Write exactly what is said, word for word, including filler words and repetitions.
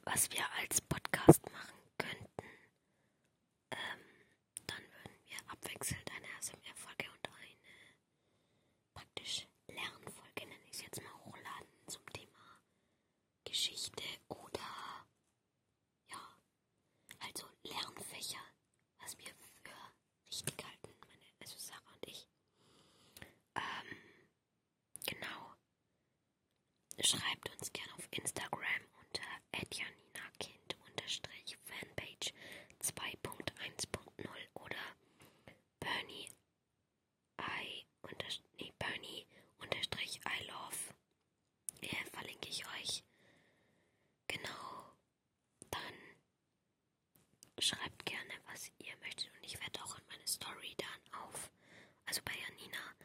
was wir als Podcast machen könnten. Ähm, dann würden wir abwechselnd eine A S M R-Folge und eine praktisch Lernfolge, nenne ich es jetzt mal, hochladen zum Thema Geschichte oder ja, also Lernfächer, was wir für richtig halten, meine, also Sarah und ich. Ähm, genau. Schreibt uns gerne auf Instagram unter at janinakind-fanpage zwei Punkt eins Punkt null oder Bernie I nee, Bernie unterstrich I love. Hier verlinke ich euch. Genau. Dann schreibt gerne, was ihr möchtet und ich werde auch in meine Story dann auf, also bei Janina,